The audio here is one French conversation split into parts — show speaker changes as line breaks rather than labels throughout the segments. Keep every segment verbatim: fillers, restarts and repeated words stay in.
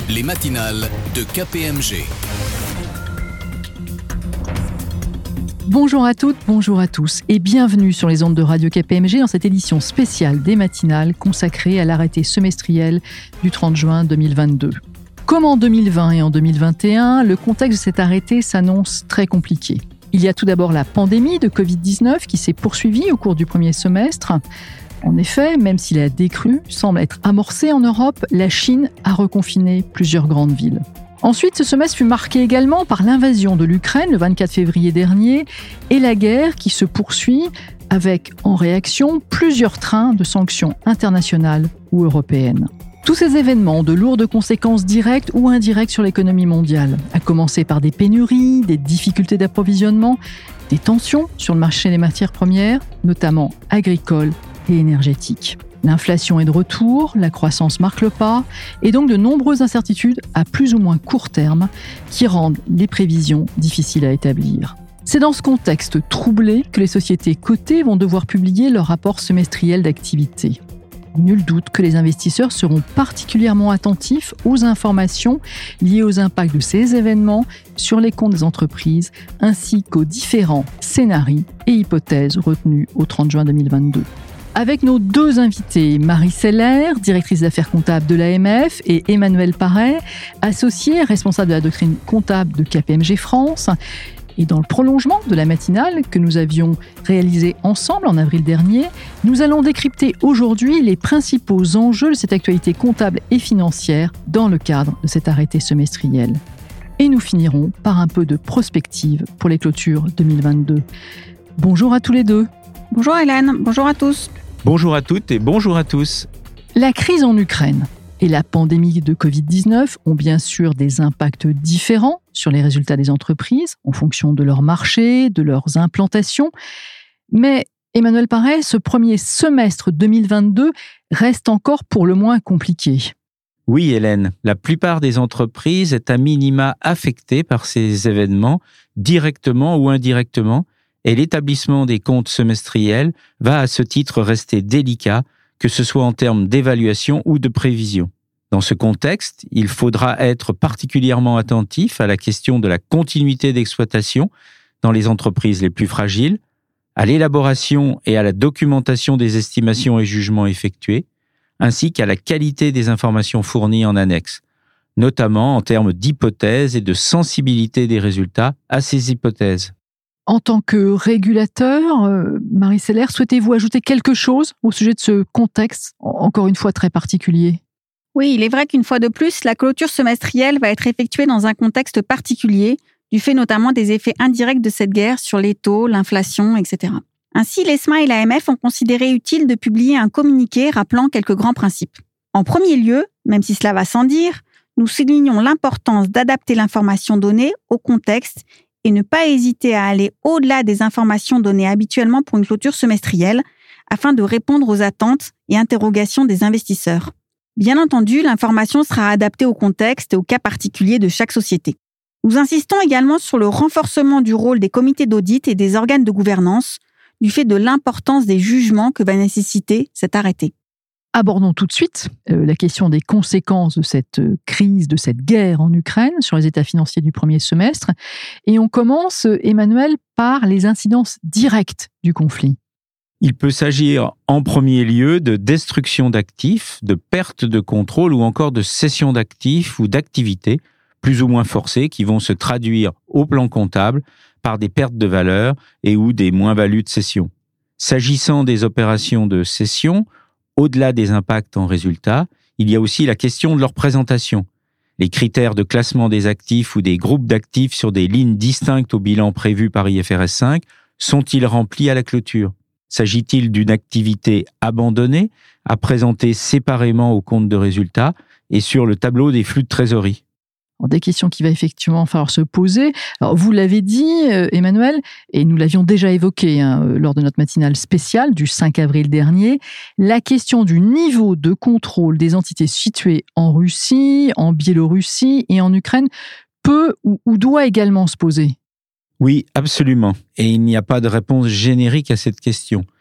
les matinales de K P M G.
Bonjour à toutes, bonjour à tous et bienvenue sur les ondes de Radio K P M G dans cette édition spéciale des matinales consacrée à l'arrêté semestriel du trente juin deux mille vingt-deux. Comme en deux mille vingt et en deux mille vingt et un, le contexte de cet arrêté s'annonce très compliqué. Il y a tout d'abord la pandémie de covid dix-neuf qui s'est poursuivie au cours du premier semestre. En effet, même si la décrue semble être amorcée en Europe, la Chine a reconfiné plusieurs grandes villes. Ensuite, ce semestre fut marqué également par l'invasion de l'Ukraine le vingt-quatre février dernier et la guerre qui se poursuit avec, en réaction, plusieurs trains de sanctions internationales ou européennes. Tous ces événements ont de lourdes conséquences directes ou indirectes sur l'économie mondiale, à commencer par des pénuries, des difficultés d'approvisionnement, des tensions sur le marché des matières premières, notamment agricoles et énergétiques. L'inflation est de retour, la croissance marque le pas, et donc de nombreuses incertitudes à plus ou moins court terme qui rendent les prévisions difficiles à établir. C'est dans ce contexte troublé que les sociétés cotées vont devoir publier leur rapport semestriel d'activité. Nul doute que les investisseurs seront particulièrement attentifs aux informations liées aux impacts de ces événements sur les comptes des entreprises ainsi qu'aux différents scénarios et hypothèses retenus au trente juin deux mille vingt-deux. Avec nos deux invités, Marie Seller, directrice d'affaires comptables de l'A M F, et Emmanuel Paré, associé responsable de la doctrine comptable de K P M G France. Et dans le prolongement de la matinale que nous avions réalisée ensemble en avril dernier, nous allons décrypter aujourd'hui les principaux enjeux de cette actualité comptable et financière dans le cadre de cet arrêté semestriel. Et nous finirons par un peu de prospective pour les clôtures deux mille vingt-deux. Bonjour à tous les deux.
Bonjour Hélène, bonjour à tous.
Bonjour à toutes et bonjour à tous.
La crise en Ukraine et la pandémie de covid dix-neuf ont bien sûr des impacts différents sur les résultats des entreprises en fonction de leur marché, de leurs implantations. Mais Emmanuel Paré, ce premier semestre deux mille vingt-deux reste encore pour le moins compliqué.
Oui Hélène, la plupart des entreprises est à minima affectée par ces événements, directement ou indirectement, et l'établissement des comptes semestriels va à ce titre rester délicat, que ce soit en termes d'évaluation ou de prévision. Dans ce contexte, il faudra être particulièrement attentif à la question de la continuité d'exploitation dans les entreprises les plus fragiles, à l'élaboration et à la documentation des estimations et jugements effectués, ainsi qu'à la qualité des informations fournies en annexe, notamment en termes d'hypothèses et de sensibilité des résultats à ces hypothèses.
En tant que régulateur, euh, Marie Seller, souhaitez-vous ajouter quelque chose au sujet de ce contexte, encore une fois très particulier ?
Oui, il est vrai qu'une fois de plus, la clôture semestrielle va être effectuée dans un contexte particulier, du fait notamment des effets indirects de cette guerre sur les taux, l'inflation, et cetera. Ainsi, l'ESMA et l'A M F ont considéré utile de publier un communiqué rappelant quelques grands principes. En premier lieu, même si cela va sans dire, nous soulignons l'importance d'adapter l'information donnée au contexte et ne pas hésiter à aller au-delà des informations données habituellement pour une clôture semestrielle, afin de répondre aux attentes et interrogations des investisseurs. Bien entendu, l'information sera adaptée au contexte et au cas particulier de chaque société. Nous insistons également sur le renforcement du rôle des comités d'audit et des organes de gouvernance, du fait de l'importance des jugements que va nécessiter cet arrêté.
Abordons tout de suite euh, la question des conséquences de cette euh, crise, de cette guerre en Ukraine sur les états financiers du premier semestre. Et on commence, euh, Emmanuel, par les incidences directes du conflit.
Il peut s'agir en premier lieu de destruction d'actifs, de perte de contrôle ou encore de cession d'actifs ou d'activités plus ou moins forcées qui vont se traduire au plan comptable par des pertes de valeur et ou des moins-values de cession. S'agissant des opérations de cession, au-delà des impacts en résultats, il y a aussi la question de leur présentation. Les critères de classement des actifs ou des groupes d'actifs sur des lignes distinctes au bilan prévu par I F R S cinq sont-ils remplis à la clôture ? S'agit-il d'une activité abandonnée à présenter séparément au compte de résultats et sur le tableau des flux de trésorerie ?
Alors, des questions qui va effectivement falloir se poser. Alors, vous l'avez dit, euh, Emmanuel, et nous l'avions déjà évoqué hein, lors de notre matinale spéciale du cinq avril dernier, la question du niveau de contrôle des entités situées en Russie, en Biélorussie et en Ukraine peut ou, ou doit également se poser.
Oui, absolument. Et il n'y a pas de réponse générique à cette question.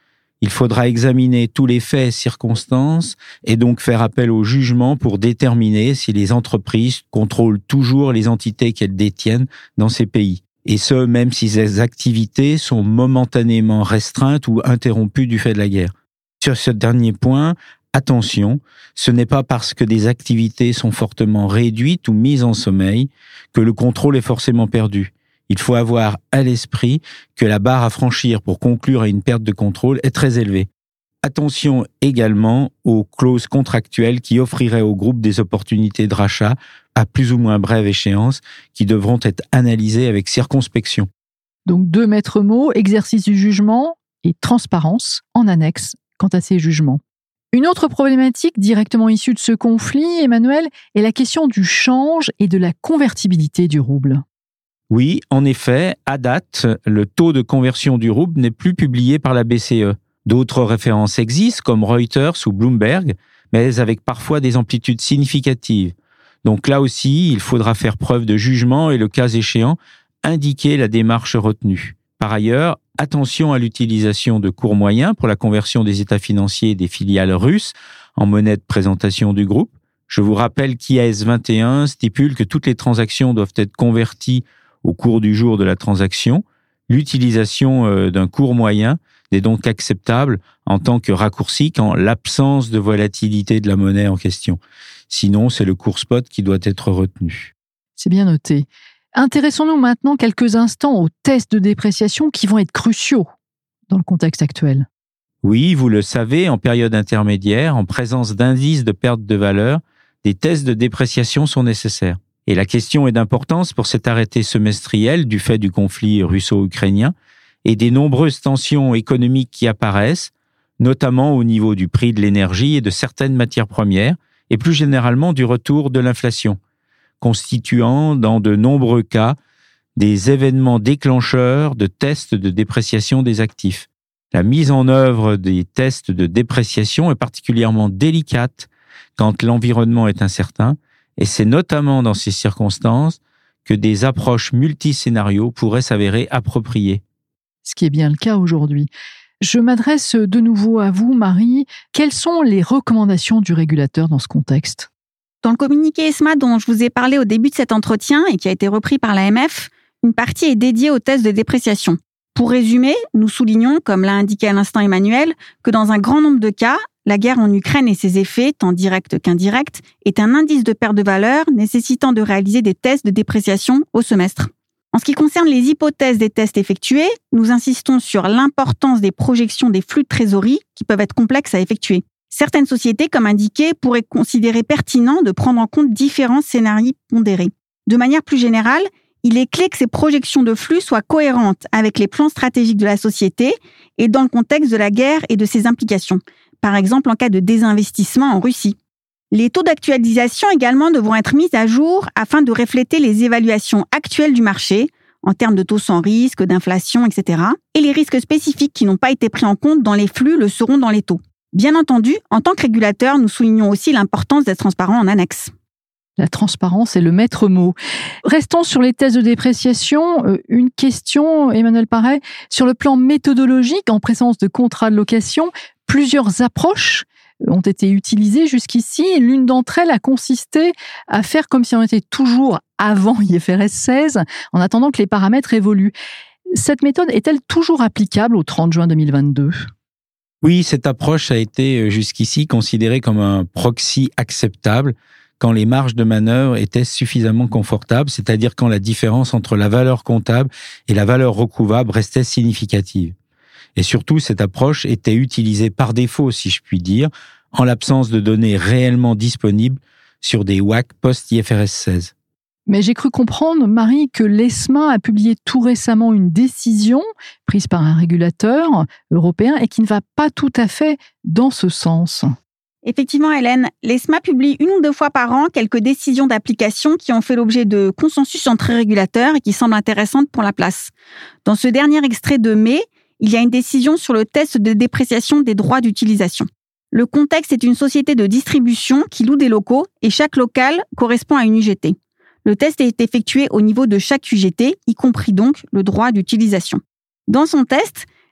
Il faudra examiner tous les faits et circonstances et donc faire appel au jugement pour déterminer si les entreprises contrôlent toujours les entités qu'elles détiennent dans ces pays. Et ce, même si ces activités sont momentanément restreintes ou interrompues du fait de la guerre. Sur ce dernier point, attention, ce n'est pas parce que des activités sont fortement réduites ou mises en sommeil que le contrôle est forcément perdu. Il faut avoir à l'esprit que la barre à franchir pour conclure à une perte de contrôle est très élevée. Attention également aux clauses contractuelles qui offriraient au groupe des opportunités de rachat à plus ou moins brève échéance qui devront être analysées avec circonspection.
Donc deux maîtres mots, exercice du jugement et transparence en annexe quant à ces jugements. Une autre problématique directement issue de ce conflit, Emmanuel, est la question du change et de la convertibilité du rouble.
Oui, en effet, à date, le taux de conversion du rouble n'est plus publié par la B C E. D'autres références existent, comme Reuters ou Bloomberg, mais avec parfois des amplitudes significatives. Donc là aussi, il faudra faire preuve de jugement et, le cas échéant, indiquer la démarche retenue. Par ailleurs, attention à l'utilisation de cours moyens pour la conversion des états financiers des filiales russes en monnaie de présentation du groupe. Je vous rappelle qu'I A S vingt et un stipule que toutes les transactions doivent être converties au cours du jour de la transaction. L'utilisation d'un cours moyen n'est donc acceptable en tant que raccourci qu'en l'absence de volatilité de la monnaie en question. Sinon, c'est le cours spot qui doit être retenu.
C'est bien noté. Intéressons-nous maintenant quelques instants aux tests de dépréciation qui vont être cruciaux dans le contexte actuel.
Oui, vous le savez, en période intermédiaire, en présence d'indices de perte de valeur, des tests de dépréciation sont nécessaires. Et la question est d'importance pour cet arrêté semestriel du fait du conflit russo-ukrainien et des nombreuses tensions économiques qui apparaissent, notamment au niveau du prix de l'énergie et de certaines matières premières, et plus généralement du retour de l'inflation, constituant dans de nombreux cas des événements déclencheurs de tests de dépréciation des actifs. La mise en œuvre des tests de dépréciation est particulièrement délicate quand l'environnement est incertain, et c'est notamment dans ces circonstances que des approches multiscénarios pourraient s'avérer appropriées.
Ce qui est bien le cas aujourd'hui. Je m'adresse de nouveau à vous, Marie. Quelles sont les recommandations du régulateur dans ce contexte ?
Dans le communiqué ESMA dont je vous ai parlé au début de cet entretien et qui a été repris par l'A M F, une partie est dédiée aux tests de dépréciation. Pour résumer, nous soulignons, comme l'a indiqué à l'instant Emmanuel, que dans un grand nombre de cas, la guerre en Ukraine et ses effets, tant directs qu'indirects, est un indice de perte de valeur nécessitant de réaliser des tests de dépréciation au semestre. En ce qui concerne les hypothèses des tests effectués, nous insistons sur l'importance des projections des flux de trésorerie qui peuvent être complexes à effectuer. Certaines sociétés, comme indiqué, pourraient considérer pertinent de prendre en compte différents scénarios pondérés. De manière plus générale, il est clé que ces projections de flux soient cohérentes avec les plans stratégiques de la société et dans le contexte de la guerre et de ses implications. Par exemple, en cas de désinvestissement en Russie. Les taux d'actualisation également devront être mis à jour afin de refléter les évaluations actuelles du marché, en termes de taux sans risque, d'inflation, et cetera. Et les risques spécifiques qui n'ont pas été pris en compte dans les flux le seront dans les taux. Bien entendu, en tant que régulateur, nous soulignons aussi l'importance d'être transparent en annexe.
La transparence est le maître mot. Restons sur les tests de dépréciation. Une question, Emmanuel Paré, sur le plan méthodologique, en présence de contrats de location, plusieurs approches ont été utilisées jusqu'ici. L'une d'entre elles a consisté à faire comme si on était toujours avant I F R S seize, en attendant que les paramètres évoluent. Cette méthode est-elle toujours applicable au trente juin deux mille vingt-deux ?
Oui, cette approche a été jusqu'ici considérée comme un proxy acceptable quand les marges de manœuvre étaient suffisamment confortables, c'est-à-dire quand la différence entre la valeur comptable et la valeur recouvrable restait significative. Et surtout, cette approche était utilisée par défaut, si je puis dire, en l'absence de données réellement disponibles sur des W A C post-I F R S seize.
Mais j'ai cru comprendre, Marie, que l'ESMA a publié tout récemment une décision prise par un régulateur européen et qui ne va pas tout à fait dans ce sens.
Effectivement, Hélène, l'ESMA publie une ou deux fois par an quelques décisions d'application qui ont fait l'objet de consensus entre régulateurs et qui semblent intéressantes pour la place. Dans ce dernier extrait de mai, il y a une décision sur le test de dépréciation des droits d'utilisation. Le contexte est une société de distribution qui loue des locaux et chaque local correspond à une U G T. Le test est effectué au niveau de chaque U G T, y compris donc le droit d'utilisation. Dans son test,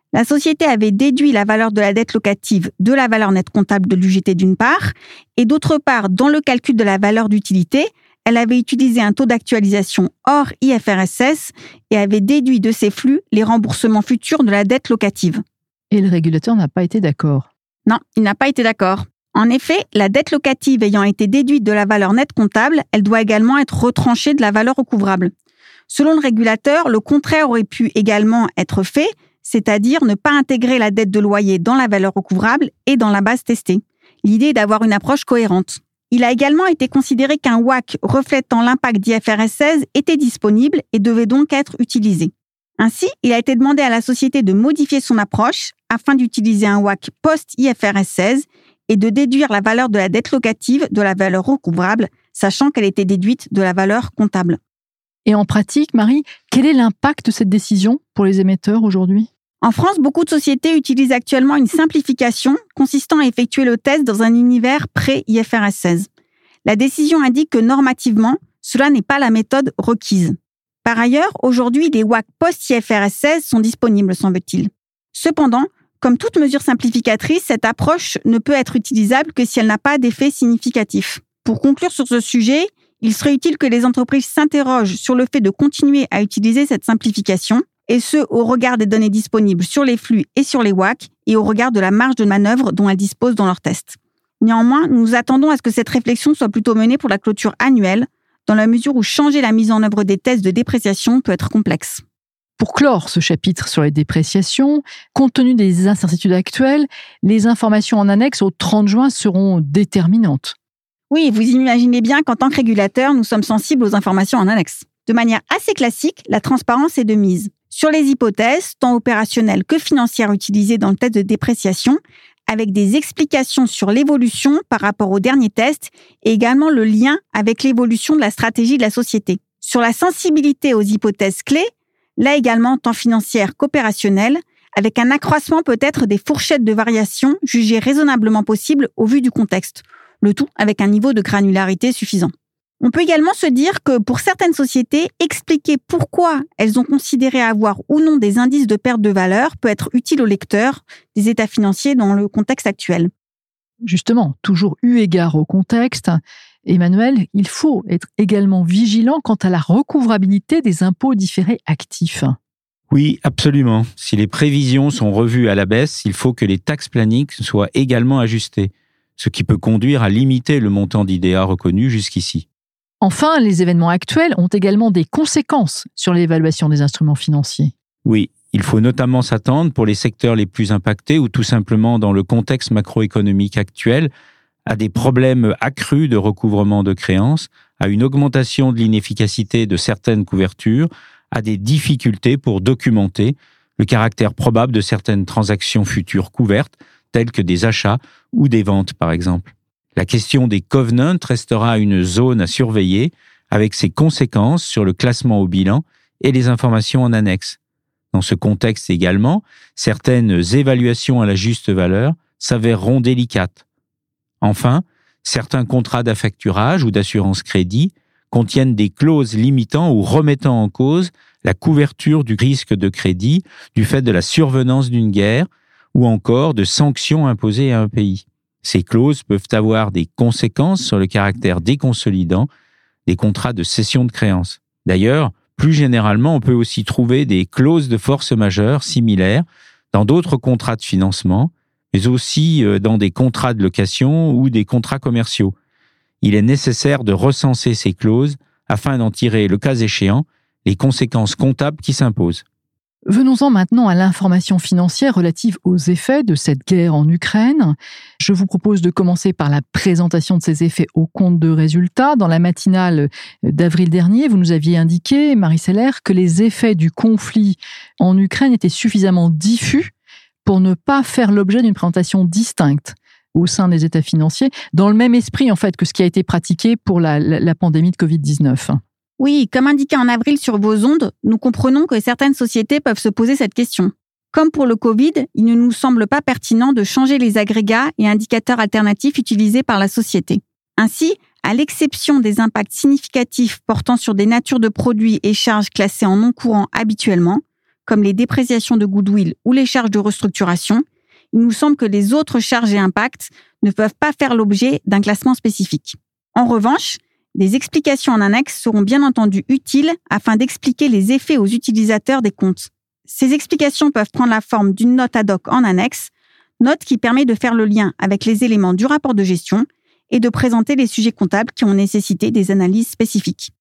La société avait déduit la valeur de la dette locative de la valeur nette comptable de l'U G T d'une part, et d'autre part, dans le calcul de la valeur d'utilité, elle avait utilisé un taux d'actualisation hors I F R S S et avait déduit de ces flux les remboursements futurs de la dette locative.
Et le régulateur n'a pas été d'accord.
Non, il n'a pas été d'accord. En effet, la dette locative ayant été déduite de la valeur nette comptable, elle doit également être retranchée de la valeur recouvrable. Selon le régulateur, le contraire aurait pu également être fait, c'est-à-dire ne pas intégrer la dette de loyer dans la valeur recouvrable et dans la base testée. L'idée est d'avoir une approche cohérente. Il a également été considéré qu'un W A C reflétant l'impact d'I F R S seize était disponible et devait donc être utilisé. Ainsi, il a été demandé à la société de modifier son approche afin d'utiliser un W A C post-I F R S seize et de déduire la valeur de la dette locative de la valeur recouvrable, sachant qu'elle était déduite de la valeur comptable.
Et en pratique, Marie, quel est l'impact de cette décision pour les émetteurs aujourd'hui ?
En France, beaucoup de sociétés utilisent actuellement une simplification consistant à effectuer le test dans un univers pré-I F R S seize. La décision indique que normativement, cela n'est pas la méthode requise. Par ailleurs, aujourd'hui, les W A C post-I F R S seize sont disponibles, semble-t-il. Cependant, comme toute mesure simplificatrice, cette approche ne peut être utilisable que si elle n'a pas d'effet significatif. Pour conclure sur ce sujet, il serait utile que les entreprises s'interrogent sur le fait de continuer à utiliser cette simplification, et ce, au regard des données disponibles sur les flux et sur les W A C, et au regard de la marge de manœuvre dont elles disposent dans leurs tests. Néanmoins, nous nous attendons à ce que cette réflexion soit plutôt menée pour la clôture annuelle, dans la mesure où changer la mise en œuvre des tests de dépréciation peut être complexe.
Pour clore ce chapitre sur les dépréciations, compte tenu des incertitudes actuelles, les informations en annexe au trente juin seront déterminantes.
Oui, vous imaginez bien qu'en tant que régulateur, nous sommes sensibles aux informations en annexe. De manière assez classique, la transparence est de mise. Sur les hypothèses, tant opérationnelles que financières utilisées dans le test de dépréciation, avec des explications sur l'évolution par rapport au dernier test et également le lien avec l'évolution de la stratégie de la société. Sur la sensibilité aux hypothèses clés, là également tant financières qu'opérationnelles, avec un accroissement peut-être des fourchettes de variation jugées raisonnablement possibles au vu du contexte, le tout avec un niveau de granularité suffisant. On peut également se dire que pour certaines sociétés, expliquer pourquoi elles ont considéré avoir ou non des indices de perte de valeur peut être utile aux lecteurs des états financiers dans le contexte actuel.
Justement, toujours eu égard au contexte, Emmanuel, il faut être également vigilant quant à la recouvrabilité des impôts différés actifs.
Oui, absolument. Si les prévisions sont revues à la baisse, il faut que les tax plannings soient également ajustés, ce qui peut conduire à limiter le montant d'I D A reconnu jusqu'ici.
Enfin, les événements actuels ont également des conséquences sur l'évaluation des instruments financiers.
Oui, il faut notamment s'attendre pour les secteurs les plus impactés ou tout simplement dans le contexte macroéconomique actuel à des problèmes accrus de recouvrement de créances, à une augmentation de l'inefficacité de certaines couvertures, à des difficultés pour documenter le caractère probable de certaines transactions futures couvertes, telles que des achats ou des ventes par exemple. La question des covenants restera une zone à surveiller avec ses conséquences sur le classement au bilan et les informations en annexe. Dans ce contexte également, certaines évaluations à la juste valeur s'avèreront délicates. Enfin, certains contrats d'affacturage ou d'assurance crédit contiennent des clauses limitant ou remettant en cause la couverture du risque de crédit du fait de la survenance d'une guerre ou encore de sanctions imposées à un pays. Ces clauses peuvent avoir des conséquences sur le caractère déconsolidant des contrats de cession de créances. D'ailleurs, plus généralement, on peut aussi trouver des clauses de force majeure similaires dans d'autres contrats de financement, mais aussi dans des contrats de location ou des contrats commerciaux. Il est nécessaire de recenser ces clauses afin d'en tirer, le cas échéant, les conséquences comptables qui s'imposent.
Venons-en maintenant à l'information financière relative aux effets de cette guerre en Ukraine. Je vous propose de commencer par la présentation de ces effets au compte de résultats. Dans la matinale d'avril dernier, vous nous aviez indiqué, Marie Seller, que les effets du conflit en Ukraine étaient suffisamment diffus pour ne pas faire l'objet d'une présentation distincte au sein des états financiers, dans le même esprit en fait que ce qui a été pratiqué pour la, la, la pandémie de covid dix-neuf.
Oui, comme indiqué en avril sur vos ondes, nous comprenons que certaines sociétés peuvent se poser cette question. Comme pour le Covid, il ne nous semble pas pertinent de changer les agrégats et indicateurs alternatifs utilisés par la société. Ainsi, à l'exception des impacts significatifs portant sur des natures de produits et charges classées en non courant habituellement, comme les dépréciations de goodwill ou les charges de restructuration, il nous semble que les autres charges et impacts ne peuvent pas faire l'objet d'un classement spécifique. En revanche, des explications en annexe seront bien entendu utiles afin d'expliquer les effets aux utilisateurs des comptes. Ces explications peuvent prendre la forme d'une note ad hoc en annexe, note qui permet de faire le lien avec les éléments du rapport de gestion et de présenter les sujets comptables qui ont nécessité des analyses spécifiques.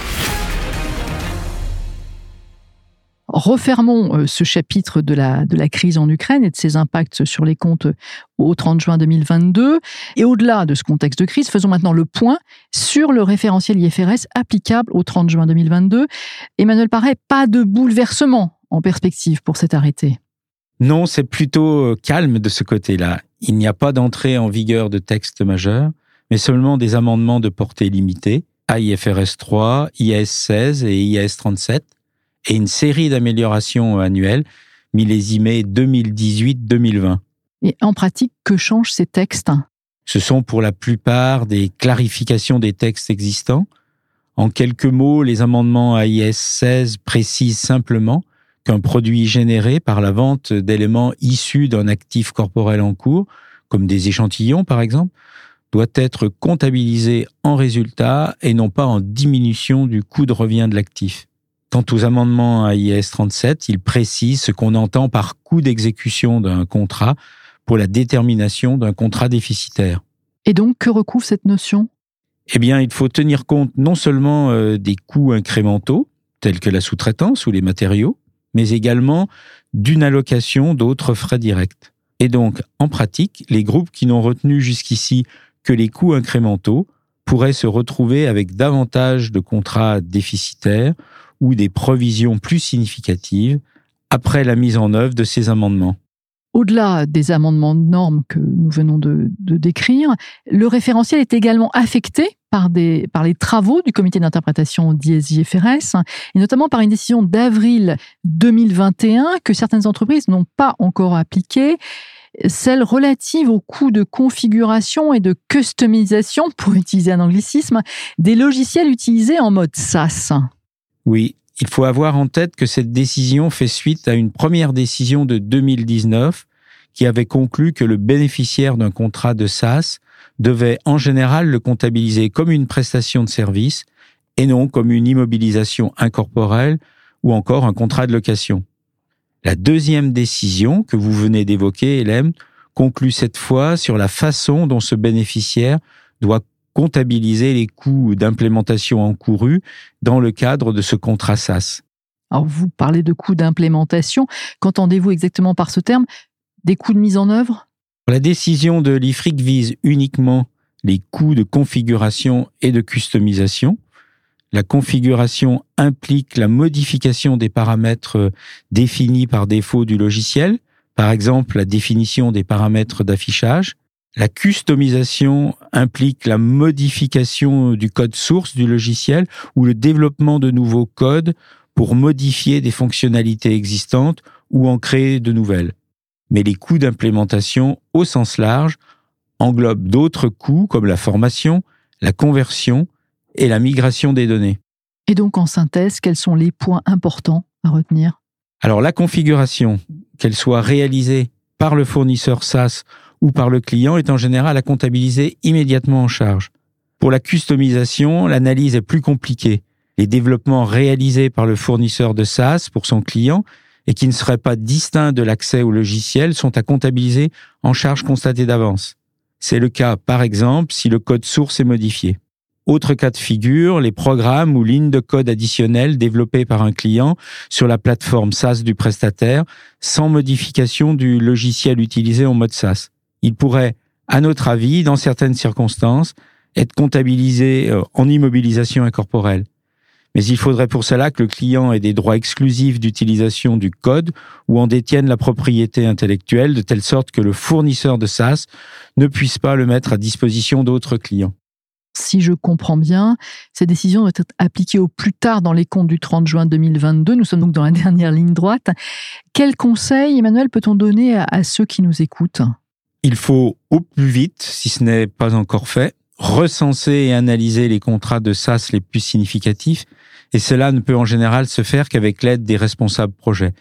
Refermons ce chapitre de la, de la crise en Ukraine et de ses impacts sur les comptes au trente juin deux mille vingt-deux. Et au-delà de ce contexte de crise, faisons maintenant le point sur le référentiel I F R S applicable au trente juin deux mille vingt-deux. Emmanuel Paré, pas de bouleversement en perspective pour cet arrêté.
Non, c'est plutôt calme de ce côté-là. Il n'y a pas d'entrée en vigueur de texte majeur, mais seulement des amendements de portée limitée à I F R S trois, I A S seize et I A S trente-sept, et une série d'améliorations annuelles millésimées deux mille dix-huit deux mille vingt.
Et en pratique, que changent ces textes ?
Ce sont pour la plupart des clarifications des textes existants. En quelques mots, les amendements à I A S seize précisent simplement qu'un produit généré par la vente d'éléments issus d'un actif corporel en cours, comme des échantillons par exemple, doit être comptabilisé en résultat et non pas en diminution du coût de revient de l'actif. Quant aux amendements à I A S trente-sept, ils précisent ce qu'on entend par coût d'exécution d'un contrat pour la détermination d'un contrat déficitaire.
Et donc, que recouvre cette notion ?
Eh bien, il faut tenir compte non seulement euh, des coûts incrémentaux, tels que la sous-traitance ou les matériaux, mais également d'une allocation d'autres frais directs. Et donc, en pratique, les groupes qui n'ont retenu jusqu'ici que les coûts incrémentaux pourraient se retrouver avec davantage de contrats déficitaires ou des provisions plus significatives après la mise en œuvre de ces amendements.
Au-delà des amendements de normes que nous venons de, de décrire, le référentiel est également affecté par, des, par les travaux du comité d'interprétation d'I S I F R S, et notamment par une décision d'avril deux mille vingt et un que certaines entreprises n'ont pas encore appliquée, celle relative aux coûts de configuration et de customisation, pour utiliser un anglicisme, des logiciels utilisés en mode SaaS.
Oui, il faut avoir en tête que cette décision fait suite à une première décision de deux mille dix-neuf qui avait conclu que le bénéficiaire d'un contrat de SaaS devait en général le comptabiliser comme une prestation de service et non comme une immobilisation incorporelle ou encore un contrat de location. La deuxième décision que vous venez d'évoquer, Hélène, conclut cette fois sur la façon dont ce bénéficiaire doit comptabiliser les coûts d'implémentation encourus dans le cadre de ce contrat SaaS.
Alors, vous parlez de coûts d'implémentation. Qu'entendez-vous exactement par ce terme ? Des coûts de mise en œuvre ?
La décision de l'I F R I C vise uniquement les coûts de configuration et de customisation. La configuration implique la modification des paramètres définis par défaut du logiciel, par exemple la définition des paramètres d'affichage. La customisation implique la modification du code source du logiciel ou le développement de nouveaux codes pour modifier des fonctionnalités existantes ou en créer de nouvelles. Mais les coûts d'implémentation au sens large englobent d'autres coûts comme la formation, la conversion et la migration des données.
Et donc, en synthèse, quels sont les points importants à retenir ?
Alors, la configuration, qu'elle soit réalisée par le fournisseur SaaS ou par le client, est en général à comptabiliser immédiatement en charge. Pour la customisation, l'analyse est plus compliquée. Les développements réalisés par le fournisseur de SaaS pour son client et qui ne seraient pas distincts de l'accès au logiciel sont à comptabiliser en charge constatée d'avance. C'est le cas, par exemple, si le code source est modifié. Autre cas de figure, les programmes ou lignes de code additionnelles développés par un client sur la plateforme SaaS du prestataire sans modification du logiciel utilisé en mode SaaS. Il pourrait, à notre avis, dans certaines circonstances, être comptabilisé en immobilisation incorporelle. Mais il faudrait pour cela que le client ait des droits exclusifs d'utilisation du code ou en détienne la propriété intellectuelle de telle sorte que le fournisseur de SaaS ne puisse pas le mettre à disposition d'autres clients.
Si je comprends bien, cette décision doit être appliquée au plus tard dans les comptes du trente juin deux mille vingt-deux. Nous sommes donc dans la dernière ligne droite. Quel conseil, Emmanuel, peut-on donner à, à ceux qui nous écoutent ?
Il faut au plus vite, si ce n'est pas encore fait, recenser et analyser les contrats de SaaS les plus significatifs, et cela ne peut en général se faire qu'avec l'aide des responsables projets.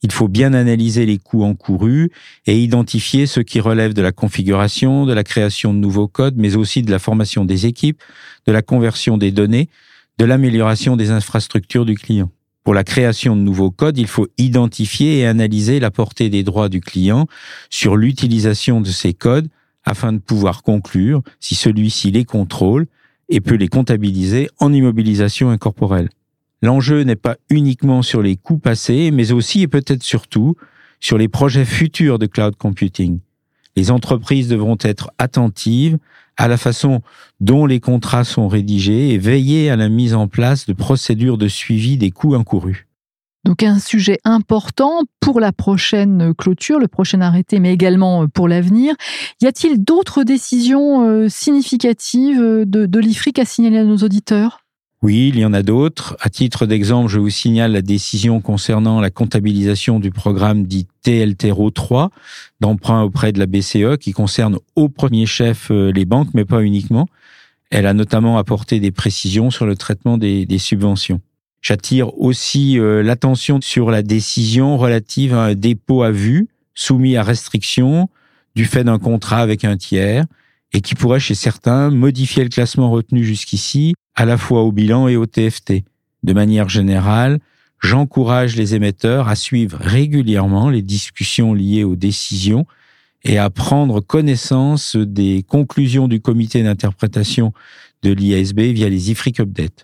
Il faut bien analyser les coûts encourus et identifier ceux qui relèvent de la configuration, de la création de nouveaux codes, mais aussi de la formation des équipes, de la conversion des données, de l'amélioration des infrastructures du client. Pour la création de nouveaux codes, il faut identifier et analyser la portée des droits du client sur l'utilisation de ces codes afin de pouvoir conclure si celui-ci les contrôle et peut les comptabiliser en immobilisation incorporelle. L'enjeu n'est pas uniquement sur les coûts passés, mais aussi et peut-être surtout sur les projets futurs de cloud computing. Les entreprises devront être attentives à la façon dont les contrats sont rédigés et veiller à la mise en place de procédures de suivi des coûts encourus.
Donc un sujet important pour la prochaine clôture, le prochain arrêté, mais également pour l'avenir. Y a-t-il d'autres décisions significatives de, de l'I F R I C à signaler à nos auditeurs ?
Oui, il y en a d'autres. À titre d'exemple, je vous signale la décision concernant la comptabilisation du programme dit T L T R O trois d'emprunt auprès de la B C E qui concerne au premier chef les banques, mais pas uniquement. Elle a notamment apporté des précisions sur le traitement des, des subventions. J'attire aussi euh, l'attention sur la décision relative à un dépôt à vue soumis à restriction du fait d'un contrat avec un tiers et qui pourrait chez certains modifier le classement retenu jusqu'ici à la fois au bilan et au T F T. De manière générale, j'encourage les émetteurs à suivre régulièrement les discussions liées aux décisions et à prendre connaissance des conclusions du comité d'interprétation de l'I A S B via les I F R I C Updates.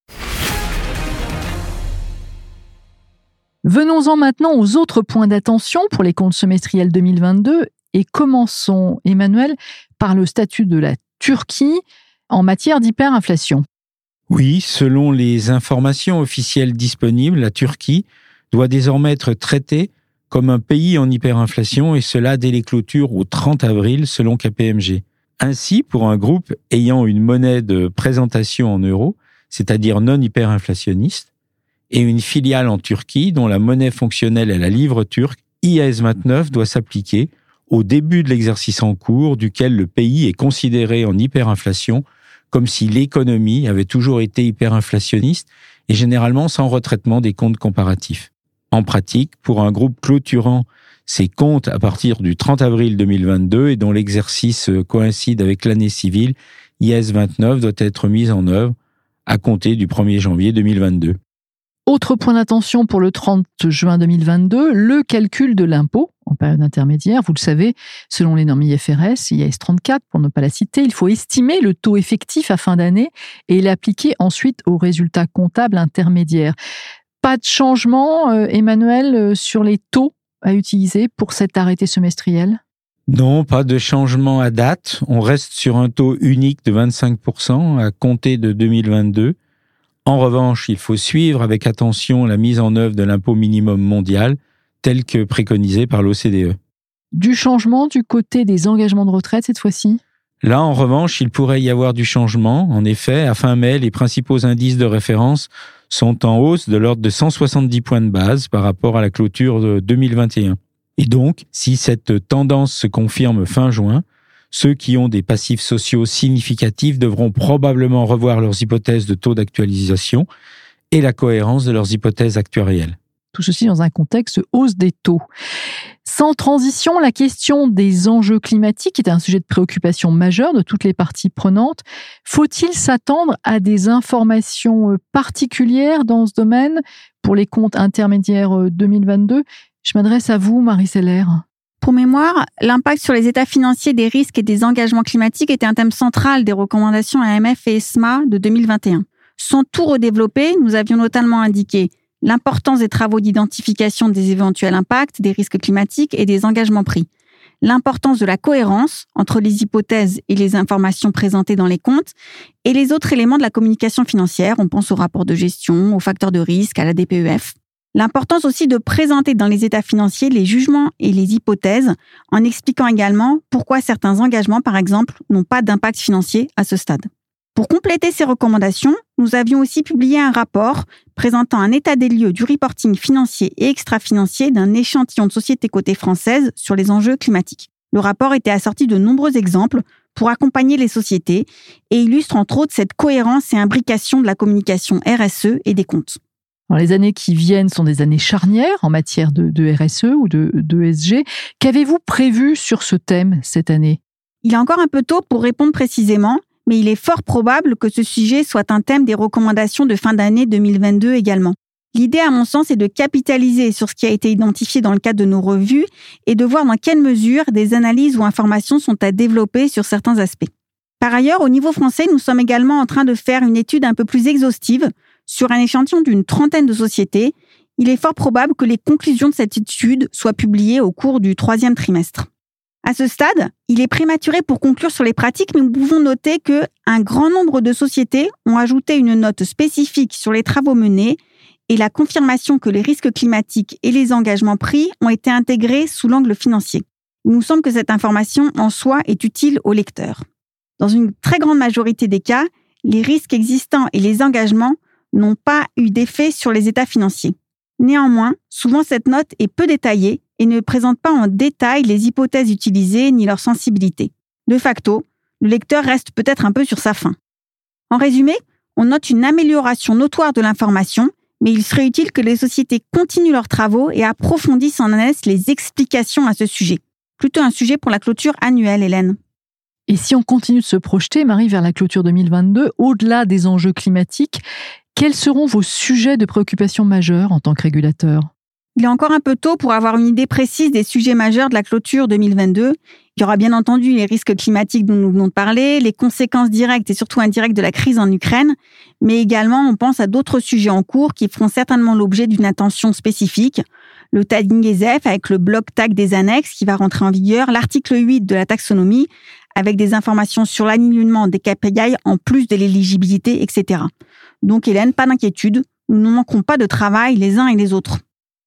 Venons-en maintenant aux autres points d'attention pour les comptes semestriels deux mille vingt-deux et commençons, Emmanuel, par le statut de la Turquie en matière d'hyperinflation.
Oui, selon les informations officielles disponibles, la Turquie doit désormais être traitée comme un pays en hyperinflation et cela dès les clôtures au trente avril selon K P M G. Ainsi, pour un groupe ayant une monnaie de présentation en euros, c'est-à-dire non hyperinflationniste, et une filiale en Turquie dont la monnaie fonctionnelle est la livre turque, I A S vingt-neuf doit s'appliquer au début de l'exercice en cours duquel le pays est considéré en hyperinflation comme si l'économie avait toujours été hyperinflationniste et généralement sans retraitement des comptes comparatifs. En pratique, pour un groupe clôturant ses comptes à partir du trente avril deux mille vingt-deux et dont l'exercice coïncide avec l'année civile, I A S vingt-neuf doit être mise en œuvre à compter du premier janvier deux mille vingt-deux.
Autre point d'attention pour le trente juin deux mille vingt-deux, le calcul de l'impôt en période intermédiaire. Vous le savez, selon les normes I F R S, I A S trente-quatre, pour ne pas la citer, il faut estimer le taux effectif à fin d'année et l'appliquer ensuite au résultat comptable intermédiaire. Pas de changement, euh, Emmanuel, sur les taux à utiliser pour cet arrêté semestriel ?
Non, pas de changement à date. On reste sur un taux unique de vingt-cinq pour cent à compter de deux mille vingt-deux. En revanche, il faut suivre avec attention la mise en œuvre de l'impôt minimum mondial tel que préconisé par l'O C D E.
Du changement du côté des engagements de retraite cette fois-ci ?
Là, en revanche, il pourrait y avoir du changement. En effet, à fin mai, les principaux indices de référence sont en hausse de l'ordre de cent soixante-dix points de base par rapport à la clôture de deux mille vingt et un. Et donc, si cette tendance se confirme fin juin, ceux qui ont des passifs sociaux significatifs devront probablement revoir leurs hypothèses de taux d'actualisation et la cohérence de leurs hypothèses actuarielles.
Tout ceci dans un contexte hausse des taux. Sans transition, la question des enjeux climatiques est un sujet de préoccupation majeur de toutes les parties prenantes. Faut-il s'attendre à des informations particulières dans ce domaine pour les comptes intermédiaires deux mille vingt-deux ? Je m'adresse à vous, Marie Seller.
Pour mémoire, l'impact sur les états financiers des risques et des engagements climatiques était un thème central des recommandations A M F et ESMA de deux mille vingt et un. Sans tout redévelopper, nous avions notamment indiqué l'importance des travaux d'identification des éventuels impacts des risques climatiques et des engagements pris, l'importance de la cohérence entre les hypothèses et les informations présentées dans les comptes et les autres éléments de la communication financière, on pense au rapport de gestion, aux facteurs de risque, à la D P E F. L'importance aussi de présenter dans les états financiers les jugements et les hypothèses en expliquant également pourquoi certains engagements, par exemple, n'ont pas d'impact financier à ce stade. Pour compléter ces recommandations, nous avions aussi publié un rapport présentant un état des lieux du reporting financier et extra-financier d'un échantillon de sociétés cotées françaises sur les enjeux climatiques. Le rapport était assorti de nombreux exemples pour accompagner les sociétés et illustre entre autres cette cohérence et imbrication de la communication R S E et des comptes.
Alors, les années qui viennent sont des années charnières en matière de, de R S E ou de, de E S G. Qu'avez-vous prévu sur ce thème cette année ?
Il est encore un peu tôt pour répondre précisément, mais il est fort probable que ce sujet soit un thème des recommandations de fin d'année deux mille vingt-deux également. L'idée, à mon sens, est de capitaliser sur ce qui a été identifié dans le cadre de nos revues et de voir dans quelle mesure des analyses ou informations sont à développer sur certains aspects. Par ailleurs, au niveau français, nous sommes également en train de faire une étude un peu plus exhaustive sur un échantillon d'une trentaine de sociétés. Il est fort probable que les conclusions de cette étude soient publiées au cours du troisième trimestre. À ce stade, il est prématuré pour conclure sur les pratiques, mais nous pouvons noter que un grand nombre de sociétés ont ajouté une note spécifique sur les travaux menés et la confirmation que les risques climatiques et les engagements pris ont été intégrés sous l'angle financier. Il nous semble que cette information en soi est utile aux lecteurs. Dans une très grande majorité des cas, les risques existants et les engagements n'ont pas eu d'effet sur les états financiers. Néanmoins, souvent cette note est peu détaillée et ne présente pas en détail les hypothèses utilisées ni leur sensibilité. De facto, le lecteur reste peut-être un peu sur sa faim. En résumé, on note une amélioration notoire de l'information, mais il serait utile que les sociétés continuent leurs travaux et approfondissent en analyse les explications à ce sujet. Plutôt un sujet pour la clôture annuelle, Hélène.
Et si on continue de se projeter, Marie, vers la clôture deux mille vingt-deux, au-delà des enjeux climatiques, quels seront vos sujets de préoccupation majeurs en tant que régulateur ?
Il est encore un peu tôt pour avoir une idée précise des sujets majeurs de la clôture deux mille vingt-deux. Il y aura bien entendu les risques climatiques dont nous venons de parler, les conséquences directes et surtout indirectes de la crise en Ukraine, mais également on pense à d'autres sujets en cours qui feront certainement l'objet d'une attention spécifique. Le tagging E S F avec le bloc tag des annexes qui va rentrer en vigueur, l'article huit de la taxonomie avec des informations sur l'alignement des K P I en plus de l'éligibilité, et cetera. Donc Hélène, pas d'inquiétude, nous ne manquerons pas de travail les uns et les autres.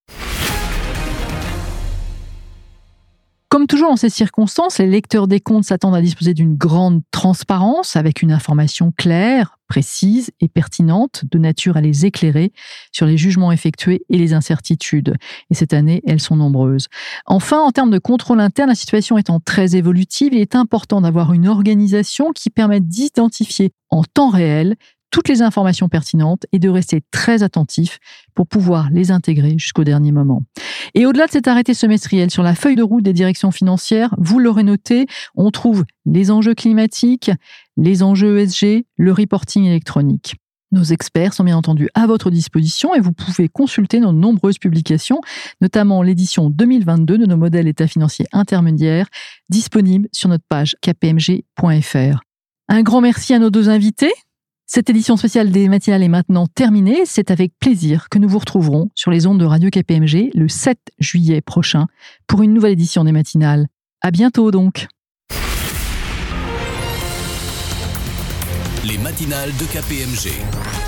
Comme toujours dans ces circonstances, les lecteurs des comptes s'attendent à disposer d'une grande transparence avec une information claire, précise et pertinente de nature à les éclairer sur les jugements effectués et les incertitudes. Et cette année, elles sont nombreuses. Enfin, en termes de contrôle interne, la situation étant très évolutive, il est important d'avoir une organisation qui permette d'identifier en temps réel toutes les informations pertinentes et de rester très attentif pour pouvoir les intégrer jusqu'au dernier moment. Et au-delà de cet arrêté semestriel, sur la feuille de route des directions financières, vous l'aurez noté, on trouve les enjeux climatiques, les enjeux E S G, le reporting électronique. Nos experts sont bien entendu à votre disposition et vous pouvez consulter nos nombreuses publications, notamment l'édition deux mille vingt-deux de nos modèles états financiers intermédiaires, disponibles sur notre page k p m g point f r. Un grand merci à nos deux invités. Cette édition spéciale des matinales est maintenant terminée. C'est avec plaisir que nous vous retrouverons sur les ondes de Radio K P M G le sept juillet prochain pour une nouvelle édition des matinales. À bientôt donc.
Les matinales de K P M G.